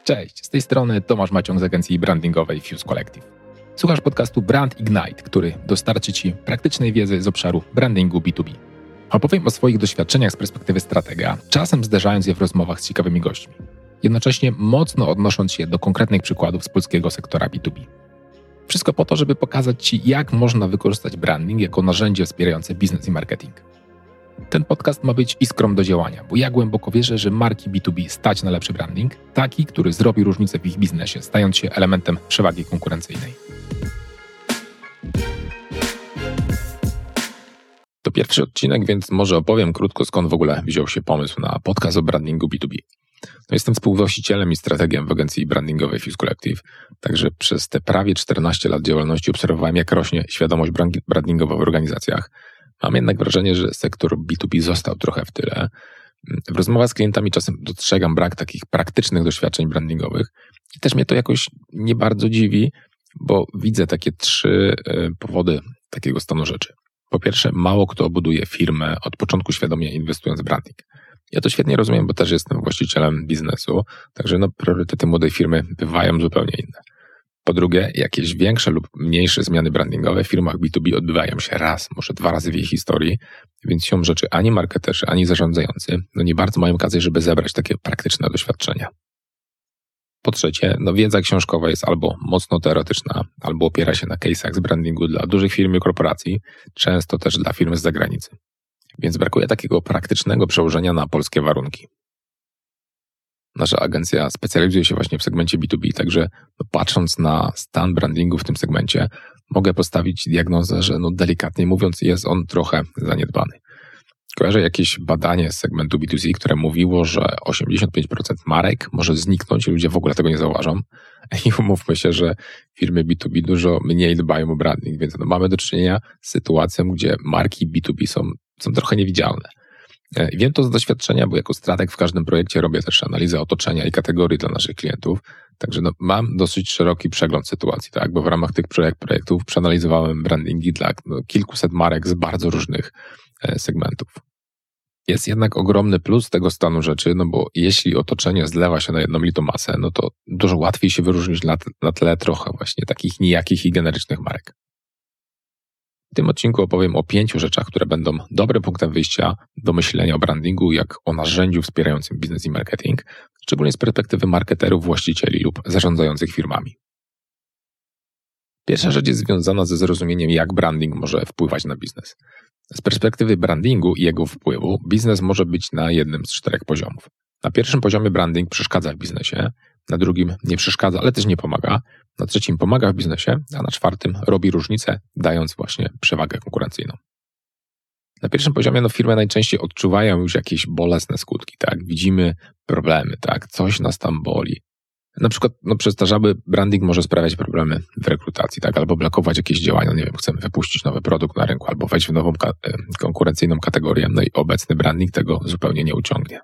Cześć, z tej strony Tomasz Maciąg z agencji brandingowej Fuse Collective. Słuchasz podcastu Brand Ignite, który dostarczy Ci praktycznej wiedzy z obszaru brandingu B2B. Opowiem o swoich doświadczeniach z perspektywy stratega, czasem zderzając je w rozmowach z ciekawymi gośćmi. Jednocześnie mocno odnosząc się do konkretnych przykładów z polskiego sektora B2B. Wszystko po to, żeby pokazać Ci, jak można wykorzystać branding jako narzędzie wspierające biznes i marketing. Ten podcast ma być iskrą do działania, bo ja głęboko wierzę, że marki B2B stać na lepszy branding, taki, który zrobi różnicę w ich biznesie, stając się elementem przewagi konkurencyjnej. To pierwszy odcinek, więc może opowiem krótko, skąd w ogóle wziął się pomysł na podcast o brandingu B2B. Jestem współwłaścicielem i strategiem w agencji brandingowej Fuse Collective, także przez te prawie 14 lat działalności obserwowałem, jak rośnie świadomość brandingowa w organizacjach. Mam jednak wrażenie, że sektor B2B został trochę w tyle. W rozmowach z klientami czasem dostrzegam brak takich praktycznych doświadczeń brandingowych i też mnie to jakoś nie bardzo dziwi, bo widzę takie 3 powody takiego stanu rzeczy. Po pierwsze, mało kto buduje firmę od początku świadomie inwestując w branding. Ja to świetnie rozumiem, bo też jestem właścicielem biznesu, także priorytety młodej firmy bywają zupełnie inne. Po drugie, jakieś większe lub mniejsze zmiany brandingowe w firmach B2B odbywają się raz, może 2 razy w jej historii, więc siłą rzeczy ani marketerzy, ani zarządzający nie bardzo mają okazję, żeby zebrać takie praktyczne doświadczenia. Po trzecie, wiedza książkowa jest albo mocno teoretyczna, albo opiera się na case'ach z brandingu dla dużych firm i korporacji, często też dla firm z zagranicy. Więc brakuje takiego praktycznego przełożenia na polskie warunki. Nasza agencja specjalizuje się właśnie w segmencie B2B, także patrząc na stan brandingu w tym segmencie, mogę postawić diagnozę, że delikatnie mówiąc jest on trochę zaniedbany. Kojarzę jakieś badanie z segmentu B2C, które mówiło, że 85% marek może zniknąć i ludzie w ogóle tego nie zauważą. I umówmy się, że firmy B2B dużo mniej dbają o branding, więc mamy do czynienia z sytuacją, gdzie marki B2B są trochę niewidzialne. Wiem to z doświadczenia, bo jako strateg w każdym projekcie robię też analizę otoczenia i kategorii dla naszych klientów, także mam dosyć szeroki przegląd sytuacji, tak? Bo w ramach tych projektów przeanalizowałem brandingi dla kilkuset marek z bardzo różnych segmentów. Jest jednak ogromny plus tego stanu rzeczy, bo jeśli otoczenie zlewa się na jednolitą masę, to dużo łatwiej się wyróżnić na tle trochę właśnie takich nijakich i generycznych marek. W tym odcinku opowiem o 5 rzeczach, które będą dobrym punktem wyjścia do myślenia o brandingu jak o narzędziu wspierającym biznes i marketing, szczególnie z perspektywy marketerów, właścicieli lub zarządzających firmami. Pierwsza rzecz jest związana ze zrozumieniem, jak branding może wpływać na biznes. Z perspektywy brandingu i jego wpływu biznes może być na jednym z 4 poziomów. Na pierwszym poziomie branding przeszkadza w biznesie, na drugim nie przeszkadza, ale też nie pomaga, na trzecim pomaga w biznesie, a na 4 robi różnicę, dając właśnie przewagę konkurencyjną. Na pierwszym poziomie firmy najczęściej odczuwają już jakieś bolesne skutki, tak? Widzimy problemy, tak? Coś nas tam boli. Na przykład przestarzały branding może sprawiać problemy w rekrutacji, tak? Albo blokować jakieś działania, chcemy wypuścić nowy produkt na rynku, albo wejść w nową konkurencyjną kategorię, i obecny branding tego zupełnie nie uciągnie.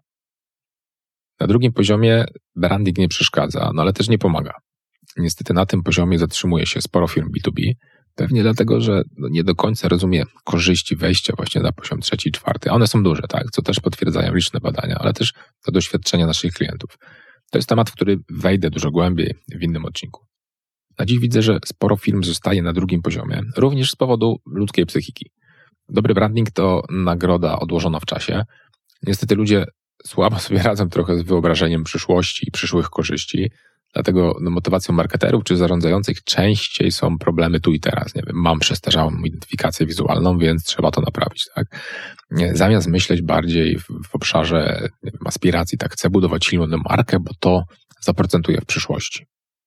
Na drugim poziomie branding nie przeszkadza, ale też nie pomaga. Niestety na tym poziomie zatrzymuje się sporo firm B2B, pewnie dlatego, że nie do końca rozumie korzyści wejścia właśnie na poziom 3 i 4. A one są duże, tak? Co też potwierdzają liczne badania, ale też to doświadczenia naszych klientów. To jest temat, w który wejdę dużo głębiej w innym odcinku. Na dziś widzę, że sporo firm zostaje na drugim poziomie, również z powodu ludzkiej psychiki. Dobry branding to nagroda odłożona w czasie. Niestety ludzie słabo sobie radzą trochę z wyobrażeniem przyszłości i przyszłych korzyści, dlatego motywacją marketerów czy zarządzających częściej są problemy tu i teraz. Mam przestarzałą identyfikację wizualną, więc trzeba to naprawić, tak? Zamiast myśleć bardziej w obszarze aspiracji, tak, chcę budować silną markę, bo to zaprocentuje w przyszłości.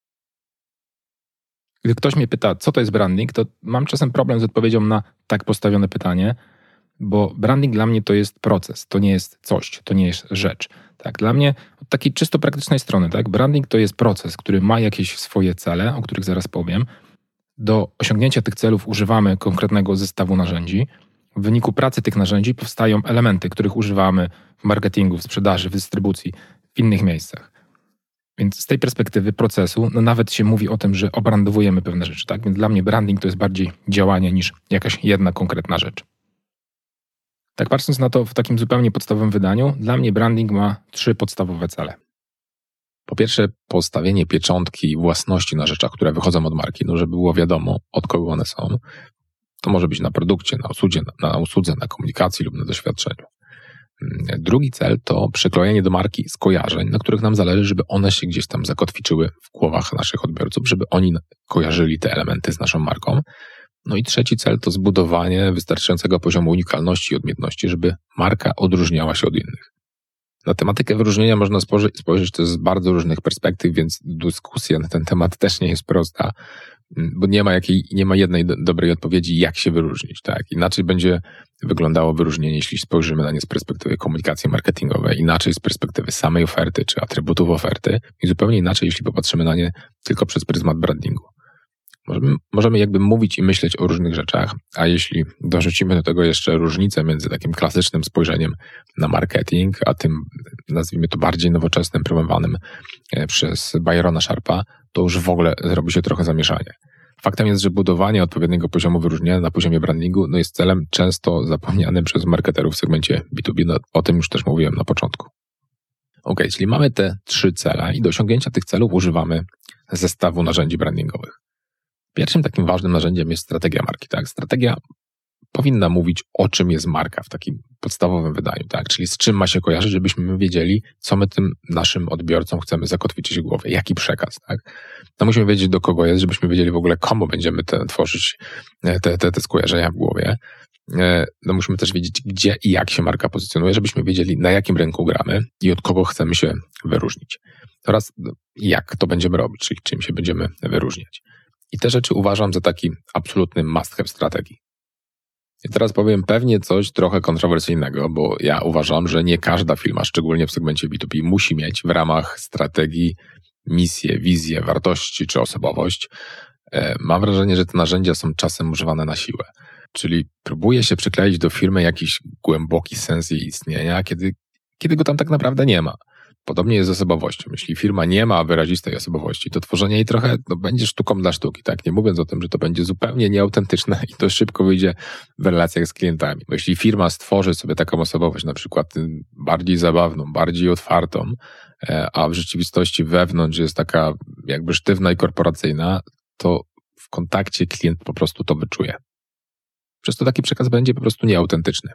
Gdy ktoś mnie pyta, co to jest branding, to mam czasem problem z odpowiedzią na tak postawione pytanie, bo branding dla mnie to jest proces, to nie jest coś, to nie jest rzecz. Tak, dla mnie od takiej czysto praktycznej strony, tak, branding to jest proces, który ma jakieś swoje cele, o których zaraz powiem. Do osiągnięcia tych celów używamy konkretnego zestawu narzędzi. W wyniku pracy tych narzędzi powstają elementy, których używamy w marketingu, w sprzedaży, w dystrybucji, w innych miejscach. Więc z tej perspektywy procesu, nawet się mówi o tym, że obrandowujemy pewne rzeczy, tak? Więc dla mnie branding to jest bardziej działanie niż jakaś jedna konkretna rzecz. Tak patrząc na to w takim zupełnie podstawowym wydaniu, dla mnie branding ma 3 podstawowe cele. Po pierwsze, postawienie pieczątki własności na rzeczach, które wychodzą od marki, żeby było wiadomo, od kogo one są. To może być na produkcie, na usłudze, na komunikacji lub na doświadczeniu. Drugi cel to przyklejenie do marki skojarzeń, na których nam zależy, żeby one się gdzieś tam zakotwiczyły w głowach naszych odbiorców, żeby oni kojarzyli te elementy z naszą marką. No i trzeci cel to zbudowanie wystarczającego poziomu unikalności i odmienności, żeby marka odróżniała się od innych. Na tematykę wyróżnienia można spojrzeć też z bardzo różnych perspektyw, więc dyskusja na ten temat też nie jest prosta, bo nie ma jednej dobrej odpowiedzi, jak się wyróżnić. Tak? Inaczej będzie wyglądało wyróżnienie, jeśli spojrzymy na nie z perspektywy komunikacji marketingowej, inaczej z perspektywy samej oferty czy atrybutów oferty i zupełnie inaczej, jeśli popatrzymy na nie tylko przez pryzmat brandingu. Możemy jakby mówić i myśleć o różnych rzeczach, a jeśli dorzucimy do tego jeszcze różnicę między takim klasycznym spojrzeniem na marketing, a tym, nazwijmy to, bardziej nowoczesnym, promowanym przez Byrona Sharpa, to już w ogóle zrobi się trochę zamieszanie. Faktem jest, że budowanie odpowiedniego poziomu wyróżnienia na poziomie brandingu jest celem często zapomnianym przez marketerów w segmencie B2B. O tym już też mówiłem na początku. Ok, czyli mamy te 3 cele i do osiągnięcia tych celów używamy zestawu narzędzi brandingowych. Pierwszym takim ważnym narzędziem jest strategia marki. Tak? Strategia powinna mówić, o czym jest marka w takim podstawowym wydaniu, tak? Czyli z czym ma się kojarzyć, żebyśmy wiedzieli, co my tym naszym odbiorcom chcemy zakotwiczyć w głowie, jaki przekaz. Tak? No musimy wiedzieć, do kogo jest, żebyśmy wiedzieli w ogóle, komu będziemy tworzyć te skojarzenia w głowie. No musimy też wiedzieć, gdzie i jak się marka pozycjonuje, żebyśmy wiedzieli, na jakim rynku gramy i od kogo chcemy się wyróżnić. Oraz jak to będziemy robić, czyli czym się będziemy wyróżniać. I te rzeczy uważam za taki absolutny must-have strategii. I teraz powiem pewnie coś trochę kontrowersyjnego, bo ja uważam, że nie każda firma, szczególnie w segmencie B2B, musi mieć w ramach strategii misję, wizję, wartości czy osobowość. Mam wrażenie, że te narzędzia są czasem używane na siłę. Czyli próbuje się przykleić do firmy jakiś głęboki sens jej istnienia, kiedy go tam tak naprawdę nie ma. Podobnie jest z osobowością. Jeśli firma nie ma wyrazistej osobowości, to tworzenie jej trochę będzie sztuką dla sztuki, tak? Nie mówiąc o tym, że to będzie zupełnie nieautentyczne i to szybko wyjdzie w relacjach z klientami. Bo jeśli firma stworzy sobie taką osobowość, na przykład bardziej zabawną, bardziej otwartą, a w rzeczywistości wewnątrz jest taka jakby sztywna i korporacyjna, to w kontakcie klient po prostu to wyczuje. Przez to taki przekaz będzie po prostu nieautentyczny.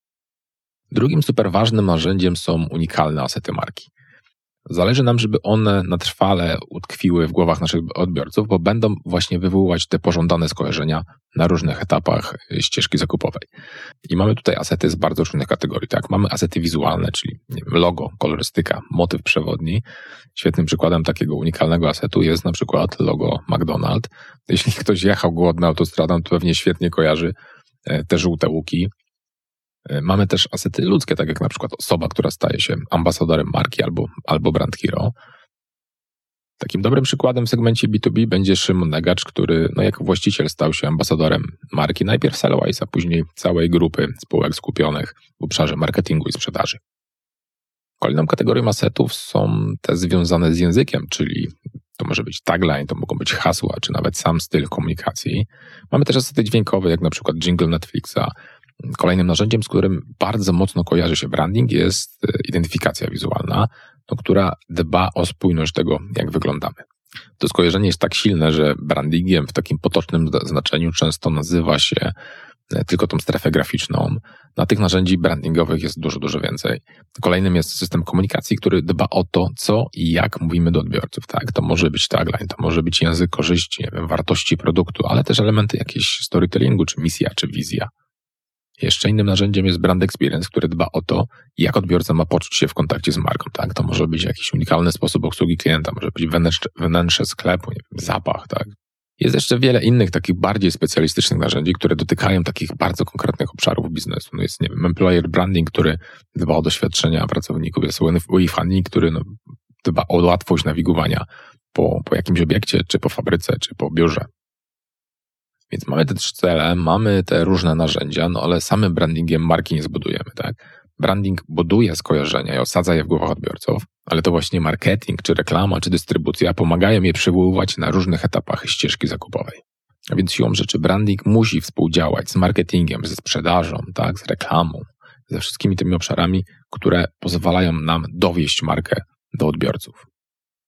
Drugim super ważnym narzędziem są unikalne asety marki. Zależy nam, żeby one na trwale utkwiły w głowach naszych odbiorców, bo będą właśnie wywoływać te pożądane skojarzenia na różnych etapach ścieżki zakupowej. I mamy tutaj asety z bardzo różnych kategorii. Tak? Mamy asety wizualne, czyli logo, kolorystyka, motyw przewodni. Świetnym przykładem takiego unikalnego asetu jest na przykład logo McDonald's. Jeśli ktoś jechał głodny autostradą, to pewnie świetnie kojarzy te żółte łuki. Mamy też asety ludzkie, tak jak na przykład osoba, która staje się ambasadorem marki albo brand hero. Takim dobrym przykładem w segmencie B2B będzie Szymon Negacz, który jako właściciel stał się ambasadorem marki, najpierw Sellwise, a później całej grupy spółek skupionych w obszarze marketingu i sprzedaży. Kolejną kategorią asetów są te związane z językiem, czyli to może być tagline, to mogą być hasła, czy nawet sam styl komunikacji. Mamy też asety dźwiękowe, jak na przykład jingle Netflixa. Kolejnym narzędziem, z którym bardzo mocno kojarzy się branding, jest identyfikacja wizualna, która dba o spójność tego, jak wyglądamy. To skojarzenie jest tak silne, że brandingiem w takim potocznym znaczeniu często nazywa się tylko tą strefę graficzną. Na tych narzędzi brandingowych jest dużo, dużo więcej. Kolejnym jest system komunikacji, który dba o to, co i jak mówimy do odbiorców. Tak? To może być tagline, to może być język korzyści, wartości produktu, ale też elementy jakiegoś storytellingu, czy misja, czy wizja. Jeszcze innym narzędziem jest brand experience, który dba o to, jak odbiorca ma poczuć się w kontakcie z marką. Tak? To może być jakiś unikalny sposób obsługi klienta, może być wnętrze sklepu, zapach. Tak? Jest jeszcze wiele innych takich bardziej specjalistycznych narzędzi, które dotykają takich bardzo konkretnych obszarów biznesu. Jest, employer branding, który dba o doświadczenia pracowników, jest wayfinding, który dba o łatwość nawigowania po jakimś obiekcie, czy po fabryce, czy po biurze. Więc mamy te 3 cele, mamy te różne narzędzia, ale samym brandingiem marki nie zbudujemy, tak? Branding buduje skojarzenia i osadza je w głowach odbiorców, ale to właśnie marketing, czy reklama, czy dystrybucja pomagają je przywoływać na różnych etapach ścieżki zakupowej. A więc siłą rzeczy branding musi współdziałać z marketingiem, ze sprzedażą, tak? Z reklamą, ze wszystkimi tymi obszarami, które pozwalają nam dowieść markę do odbiorców.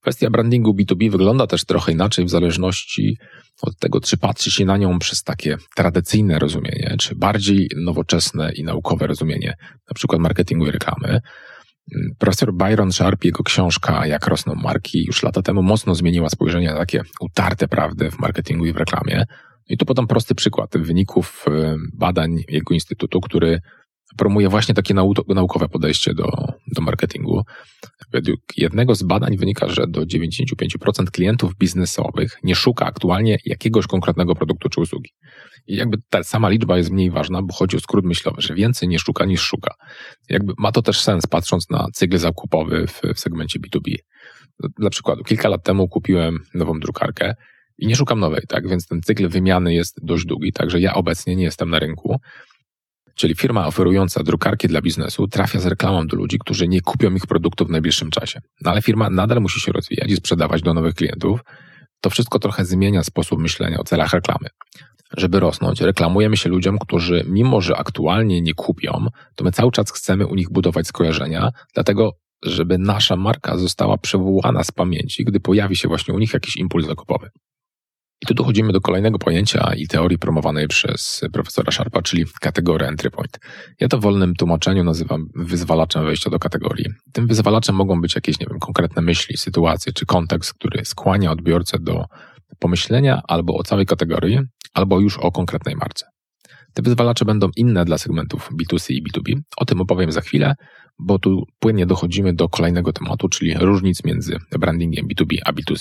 Kwestia brandingu B2B wygląda też trochę inaczej w zależności od tego, czy patrzy się na nią przez takie tradycyjne rozumienie, czy bardziej nowoczesne i naukowe rozumienie, na przykład marketingu i reklamy. Profesor Byron Sharp, jego książka Jak rosną marki już lata temu mocno zmieniła spojrzenie na takie utarte prawdy w marketingu i w reklamie. I tu podam prosty przykład wyników badań jego instytutu, który promuje właśnie takie naukowe podejście do marketingu. Według jednego z badań wynika, że do 95% klientów biznesowych nie szuka aktualnie jakiegoś konkretnego produktu czy usługi. I jakby ta sama liczba jest mniej ważna, bo chodzi o skrót myślowy, że więcej nie szuka niż szuka. Jakby ma to też sens, patrząc na cykl zakupowy w segmencie B2B. Dla przykładu, kilka lat temu kupiłem nową drukarkę i nie szukam nowej, tak? Więc ten cykl wymiany jest dość długi, także ja obecnie nie jestem na rynku. Czyli firma oferująca drukarki dla biznesu trafia z reklamą do ludzi, którzy nie kupią ich produktów w najbliższym czasie. No ale firma nadal musi się rozwijać i sprzedawać do nowych klientów. To wszystko trochę zmienia sposób myślenia o celach reklamy. Żeby rosnąć, reklamujemy się ludziom, którzy mimo, że aktualnie nie kupią, to my cały czas chcemy u nich budować skojarzenia, dlatego żeby nasza marka została przywołana z pamięci, gdy pojawi się właśnie u nich jakiś impuls zakupowy. I tu dochodzimy do kolejnego pojęcia i teorii promowanej przez profesora Sharpa, czyli kategoria entry point. Ja to w wolnym tłumaczeniu nazywam wyzwalaczem wejścia do kategorii. Tym wyzwalaczem mogą być jakieś, konkretne myśli, sytuacje czy kontekst, który skłania odbiorcę do pomyślenia albo o całej kategorii, albo już o konkretnej marce. Te wyzwalacze będą inne dla segmentów B2C i B2B. O tym opowiem za chwilę, bo tu płynnie dochodzimy do kolejnego tematu, czyli różnic między brandingiem B2B a B2C.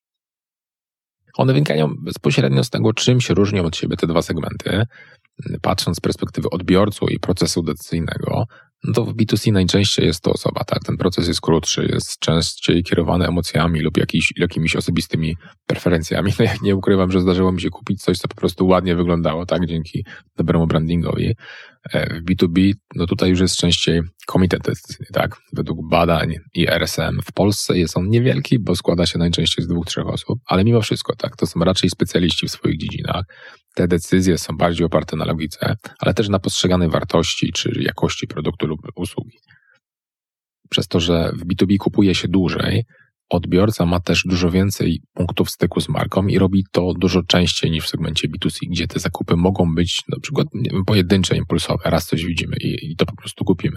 One wynikają bezpośrednio z tego, czym się różnią od siebie te dwa segmenty. Patrząc z perspektywy odbiorcy i procesu decyzyjnego, no to w B2C najczęściej jest to osoba, tak? Ten proces jest krótszy, jest częściej kierowany emocjami lub jakimiś osobistymi preferencjami. No ja nie ukrywam, że zdarzyło mi się kupić coś, co po prostu ładnie wyglądało, tak? Dzięki dobremu brandingowi. W B2B, no tutaj już jest częściej komitet decyzyjny, tak? Według badań i RSM w Polsce jest on niewielki, bo składa się najczęściej z 2-3 osób, ale mimo wszystko, tak? To są raczej specjaliści w swoich dziedzinach. Te decyzje są bardziej oparte na logice, ale też na postrzeganej wartości czy jakości produktu lub usługi. Przez to, że w B2B kupuje się dłużej, odbiorca ma też dużo więcej punktów styku z marką i robi to dużo częściej niż w segmencie B2C, gdzie te zakupy mogą być na przykład pojedyncze, impulsowe. Raz coś widzimy i to po prostu kupimy.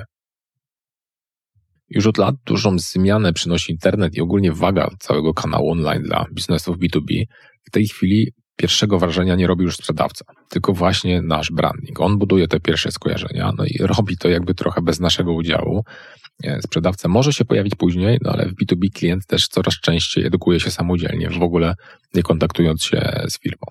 Już od lat dużą zmianę przynosi internet i ogólnie waga całego kanału online dla biznesów B2B. W tej chwili pierwszego wrażenia nie robi już sprzedawca, tylko właśnie nasz branding. On buduje te pierwsze skojarzenia, no i robi to jakby trochę bez naszego udziału. Sprzedawca może się pojawić później, no ale w B2B klient też coraz częściej edukuje się samodzielnie, w ogóle nie kontaktując się z firmą.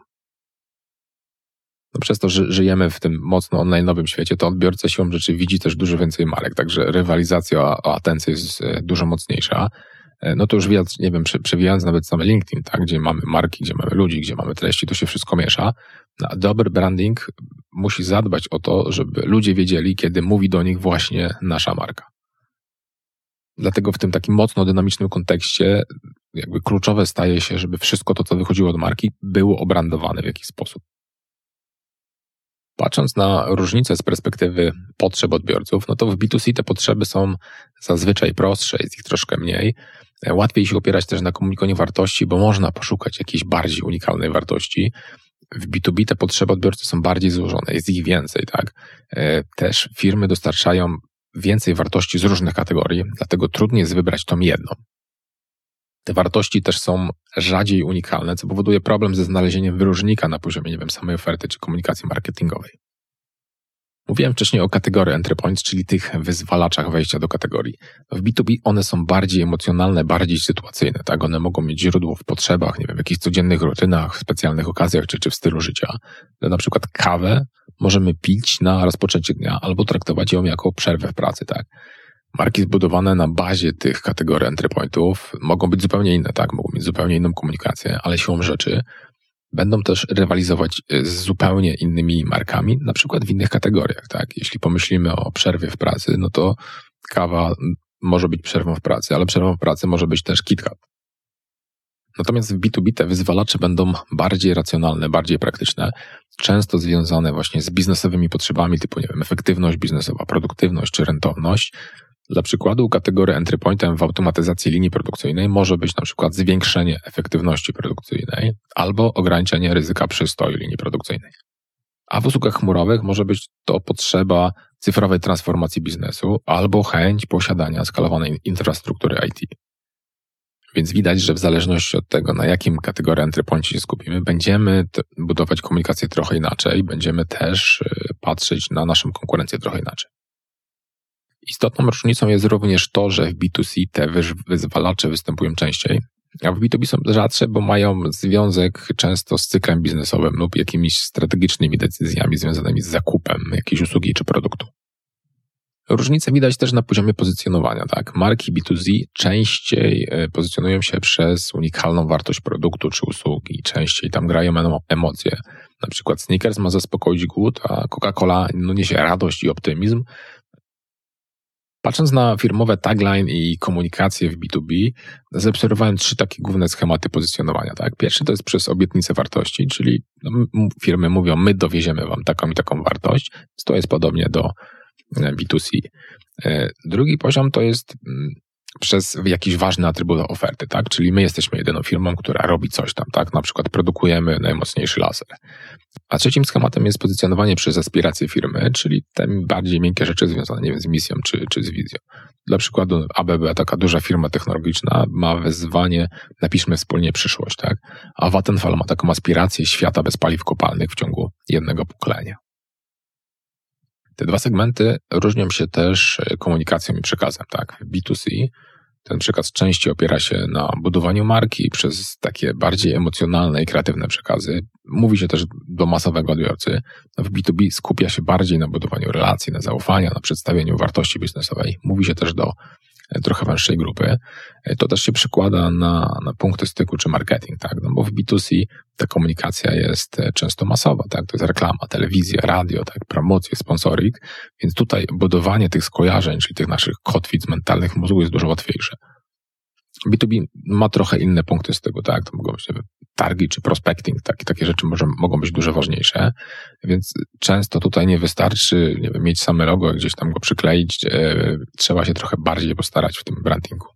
No przez to, że żyjemy w tym mocno online'owym świecie, to odbiorca siłą rzeczy widzi też dużo więcej marek, także rywalizacja o atencję jest dużo mocniejsza. No to już widać, przewijając nawet same LinkedIn, tak, gdzie mamy marki, gdzie mamy ludzi, gdzie mamy treści, to się wszystko miesza. A dobry branding musi zadbać o to, żeby ludzie wiedzieli, kiedy mówi do nich właśnie nasza marka. Dlatego w tym takim mocno dynamicznym kontekście jakby kluczowe staje się, żeby wszystko to, co wychodziło od marki, było obrandowane w jakiś sposób. Patrząc na różnice z perspektywy potrzeb odbiorców, no to w B2C te potrzeby są zazwyczaj prostsze, jest ich troszkę mniej. Łatwiej się opierać też na komunikowaniu wartości, bo można poszukać jakiejś bardziej unikalnej wartości. W B2B te potrzeby odbiorcy są bardziej złożone, jest ich więcej, tak? Też firmy dostarczają więcej wartości z różnych kategorii, dlatego trudniej jest wybrać tą jedną. Te wartości też są rzadziej unikalne, co powoduje problem ze znalezieniem wyróżnika na poziomie, samej oferty czy komunikacji marketingowej. Mówiłem wcześniej o kategorii entry points, czyli tych wyzwalaczach wejścia do kategorii. W B2B one są bardziej emocjonalne, bardziej sytuacyjne, tak? One mogą mieć źródło w potrzebach, w jakichś codziennych rutynach, w specjalnych okazjach czy w stylu życia. Na przykład kawę możemy pić na rozpoczęcie dnia albo traktować ją jako przerwę w pracy, tak? Marki zbudowane na bazie tych kategorii entry pointów mogą być zupełnie inne, tak? Mogą mieć zupełnie inną komunikację, ale siłą rzeczy będą też rywalizować z zupełnie innymi markami, na przykład w innych kategoriach, tak? Jeśli pomyślimy o przerwie w pracy, no to kawa może być przerwą w pracy, ale przerwą w pracy może być też KitKat. Natomiast w B2B te wyzwalacze będą bardziej racjonalne, bardziej praktyczne, często związane właśnie z biznesowymi potrzebami typu, efektywność biznesowa, produktywność czy rentowność. Dla przykładu kategoria entry pointem w automatyzacji linii produkcyjnej może być na przykład zwiększenie efektywności produkcyjnej albo ograniczenie ryzyka przystoju linii produkcyjnej. A w usługach chmurowych może być to potrzeba cyfrowej transformacji biznesu albo chęć posiadania skalowanej infrastruktury IT. Więc widać, że w zależności od tego, na jakim kategorii entry poincie się skupimy, będziemy budować komunikację trochę inaczej, będziemy też patrzeć na naszą konkurencję trochę inaczej. Istotną różnicą jest również to, że w B2C te wyzwalacze występują częściej, a w B2B są rzadsze, bo mają związek często z cyklem biznesowym lub jakimiś strategicznymi decyzjami związanymi z zakupem jakiejś usługi czy produktu. Różnice widać też na poziomie pozycjonowania. Tak? Marki B2Z częściej pozycjonują się przez unikalną wartość produktu czy usługi, częściej tam grają emocje. Na przykład Snickers ma zaspokoić głód, a Coca-Cola niesie radość i optymizm. Patrząc na firmowe tagline i komunikację w B2B, zaobserwowałem 3 takie główne schematy pozycjonowania. Tak? Pierwszy to jest przez obietnicę wartości, czyli firmy mówią, my dowieziemy wam taką i taką wartość, więc to jest podobnie do B2C. Drugi poziom to jest przez jakiś ważny atrybut oferty, tak? Czyli my jesteśmy jedyną firmą, która robi coś tam, tak? Na przykład produkujemy najmocniejszy laser. A trzecim schematem jest pozycjonowanie przez aspiracje firmy, czyli te bardziej miękkie rzeczy związane, nie wiem, z misją czy z wizją. Dla przykładu ABB, taka duża firma technologiczna, ma wezwanie napiszmy wspólnie przyszłość, tak? A Vattenfall ma taką aspirację świata bez paliw kopalnych w ciągu jednego pokolenia. Te 2 segmenty różnią się też komunikacją i przekazem. Tak? W B2C ten przekaz częściej opiera się na budowaniu marki przez takie bardziej emocjonalne i kreatywne przekazy. Mówi się też do masowego odbiorcy. W B2B skupia się bardziej na budowaniu relacji, na zaufaniu, na przedstawieniu wartości biznesowej. Mówi się też do trochę węższej grupy. To też się przekłada na punkty styku czy marketing, tak? No bo w B2C ta komunikacja jest często masowa, tak? To jest reklama, telewizja, radio, tak? Promocje, sponsoring, więc tutaj budowanie tych skojarzeń, czyli tych naszych kotwic mentalnych mózgu jest dużo łatwiejsze. B2B ma trochę inne punkty styku, tak? To mogą być targi czy prospecting, takie rzeczy mogą być dużo ważniejsze, więc często tutaj nie wystarczy, nie wiem, mieć same logo, gdzieś tam go przykleić, trzeba się trochę bardziej postarać w tym brandingu.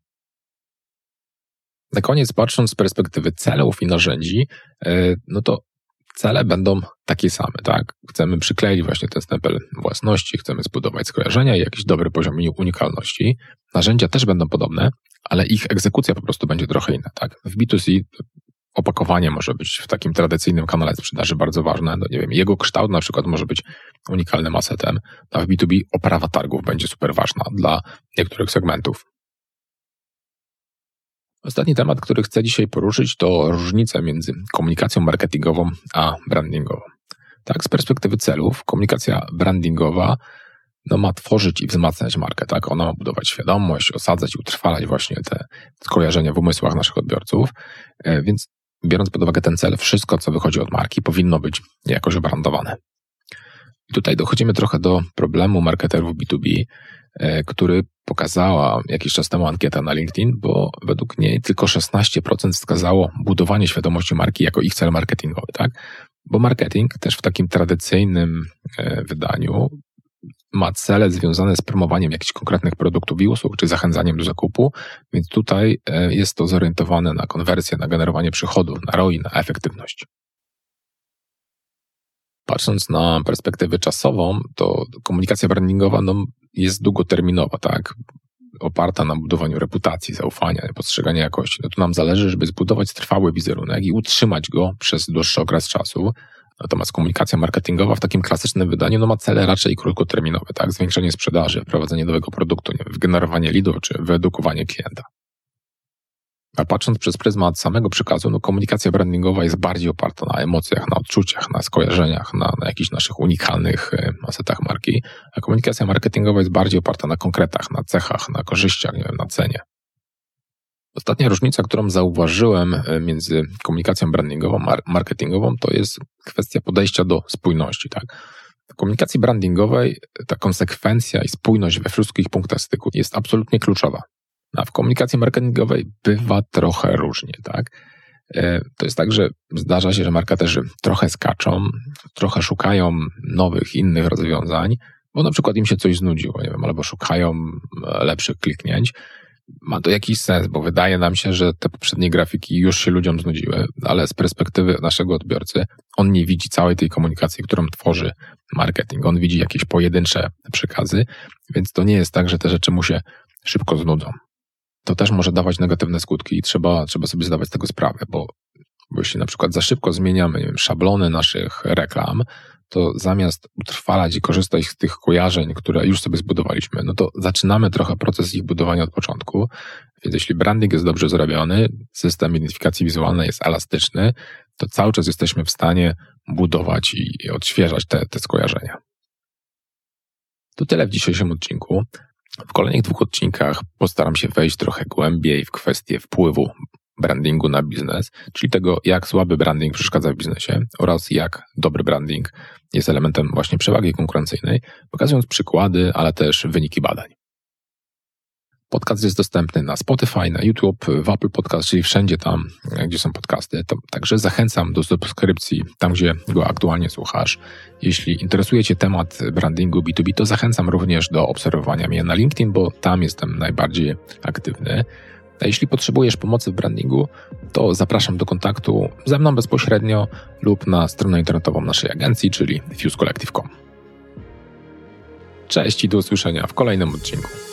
Na koniec, patrząc z perspektywy celów i narzędzi, no to cele będą takie same, tak? Chcemy przykleić właśnie ten stempel własności, chcemy zbudować skojarzenia i jakiś dobry poziom unikalności. Narzędzia też będą podobne, ale ich egzekucja po prostu będzie trochę inna, tak? W B2C opakowanie może być w takim tradycyjnym kanale sprzedaży bardzo ważne. No nie wiem, jego kształt na przykład może być unikalnym asetem, a w B2B oprawa targów będzie super ważna dla niektórych segmentów. Ostatni temat, który chcę dzisiaj poruszyć, to różnica między komunikacją marketingową a brandingową. Tak, z perspektywy celów, komunikacja brandingowa ma tworzyć i wzmacniać markę, tak? Ona ma budować świadomość, osadzać i utrwalać właśnie te skojarzenia w umysłach naszych odbiorców, więc biorąc pod uwagę ten cel, wszystko, co wychodzi od marki, powinno być jakoś obrandowane. I tutaj dochodzimy trochę do problemu marketerów B2B, który pokazała jakiś czas temu ankieta na LinkedIn, bo według niej tylko 16% wskazało budowanie świadomości marki jako ich cel marketingowy, tak? Bo marketing też w takim tradycyjnym wydaniu ma cele związane z promowaniem jakichś konkretnych produktów i usług, czy zachęcaniem do zakupu, więc tutaj jest to zorientowane na konwersję, na generowanie przychodów, na ROI, na efektywność. Patrząc na perspektywę czasową, to komunikacja brandingowa jest długoterminowa, tak? Oparta na budowaniu reputacji, zaufania, postrzegania jakości. No tu nam zależy, żeby zbudować trwały wizerunek i utrzymać go przez dłuższy okres czasu. Natomiast komunikacja marketingowa w takim klasycznym wydaniu ma cele raczej krótkoterminowe, tak? Zwiększenie sprzedaży, wprowadzenie nowego produktu, nie wiem, wygenerowanie leadów czy wyedukowanie klienta. A patrząc przez pryzmat samego przekazu, komunikacja brandingowa jest bardziej oparta na emocjach, na odczuciach, na skojarzeniach, na jakichś naszych unikalnych asetach marki, a komunikacja marketingowa jest bardziej oparta na konkretach, na cechach, na korzyściach, nie wiem, na cenie. Ostatnia różnica, którą zauważyłem między komunikacją brandingową a marketingową, to jest kwestia podejścia do spójności, tak? W komunikacji brandingowej ta konsekwencja i spójność we wszystkich punktach styku jest absolutnie kluczowa. A w komunikacji marketingowej bywa trochę różnie, tak? To jest tak, że zdarza się, że marketerzy trochę skaczą, trochę szukają nowych, innych rozwiązań, bo na przykład im się coś znudziło, nie wiem, albo szukają lepszych kliknięć. Ma to jakiś sens, bo wydaje nam się, że te poprzednie grafiki już się ludziom znudziły, ale z perspektywy naszego odbiorcy on nie widzi całej tej komunikacji, którą tworzy marketing. On widzi jakieś pojedyncze przekazy, więc to nie jest tak, że te rzeczy mu się szybko znudzą. To też może dawać negatywne skutki i trzeba sobie zdawać z tego sprawę, bo jeśli na przykład za szybko zmieniamy, nie wiem, szablony naszych reklam, to zamiast utrwalać i korzystać z tych kojarzeń, które już sobie zbudowaliśmy, no to zaczynamy trochę proces ich budowania od początku. Więc jeśli branding jest dobrze zrobiony, system identyfikacji wizualnej jest elastyczny, to cały czas jesteśmy w stanie budować i odświeżać te skojarzenia. To tyle w dzisiejszym odcinku. W kolejnych 2 odcinkach postaram się wejść trochę głębiej w kwestię wpływu brandingu na biznes, czyli tego, jak słaby branding przeszkadza w biznesie oraz jak dobry branding jest elementem właśnie przewagi konkurencyjnej, pokazując przykłady, ale też wyniki badań. Podcast jest dostępny na Spotify, na YouTube, w Apple Podcast, czyli wszędzie tam, gdzie są podcasty. Także zachęcam do subskrypcji tam, gdzie go aktualnie słuchasz. Jeśli interesuje Cię temat brandingu B2B, to zachęcam również do obserwowania mnie na LinkedIn, bo tam jestem najbardziej aktywny. A jeśli potrzebujesz pomocy w brandingu, to zapraszam do kontaktu ze mną bezpośrednio lub na stronę internetową naszej agencji, czyli fusecollective.com. Cześć i do usłyszenia w kolejnym odcinku.